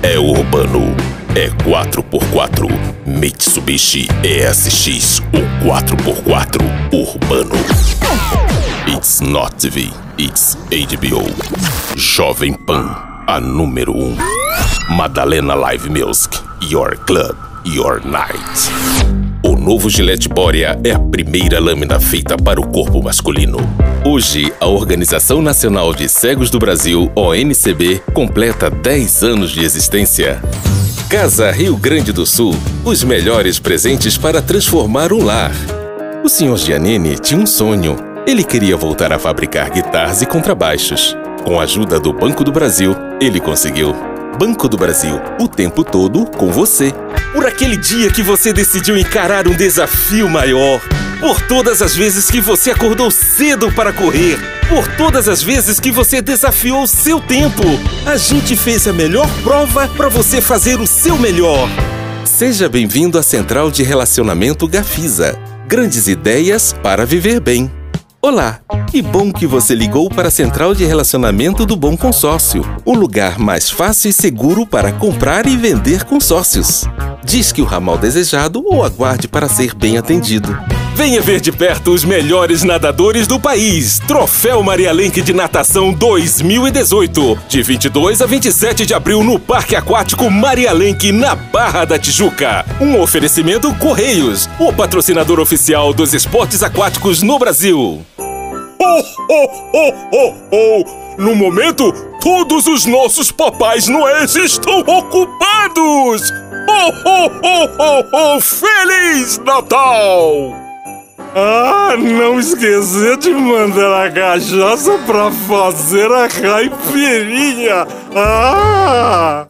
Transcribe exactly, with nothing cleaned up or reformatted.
é urbano. É quatro por quatro. Mitsubishi E S X, o quatro por quatro urbano. It's not T V, it's H B O. Jovem Pan, a número um. Madalena Live Music, your club, your night. O novo Gillette Borea é a primeira lâmina feita para o corpo masculino. Hoje, a Organização Nacional de Cegos do Brasil, O N C B, completa dez anos de existência. Casa Rio Grande do Sul, os melhores presentes para transformar um lar. O senhor Giannini tinha um sonho. Ele queria voltar a fabricar guitarras e contrabaixos. Com a ajuda do Banco do Brasil, ele conseguiu. Banco do Brasil, o tempo todo com você. Por aquele dia que você decidiu encarar um desafio maior. Por todas as vezes que você acordou cedo para correr. Por todas as vezes que você desafiou o seu tempo. A gente fez a melhor prova para você fazer o seu melhor. Seja bem-vindo à Central de Relacionamento Gafisa. Grandes ideias para viver bem. Olá, que bom que você ligou para a Central de Relacionamento do Bom Consórcio, o lugar mais fácil e seguro para comprar e vender consórcios. Diz que o ramal desejado ou aguarde para ser bem atendido. Venha ver de perto os melhores nadadores do país. Troféu Maria Lenk de Natação dois mil e dezoito, de vinte e dois a vinte e sete de abril no Parque Aquático Maria Lenk, na Barra da Tijuca. Um oferecimento Correios, o patrocinador oficial dos esportes aquáticos no Brasil. Oh, oh, oh, oh, oh! No momento, todos os nossos papais noéis estão ocupados! Oh, oh, oh, oh, oh! Feliz Natal! Ah, não esquecer de mandar a cachaça pra fazer a caipirinha! Ah!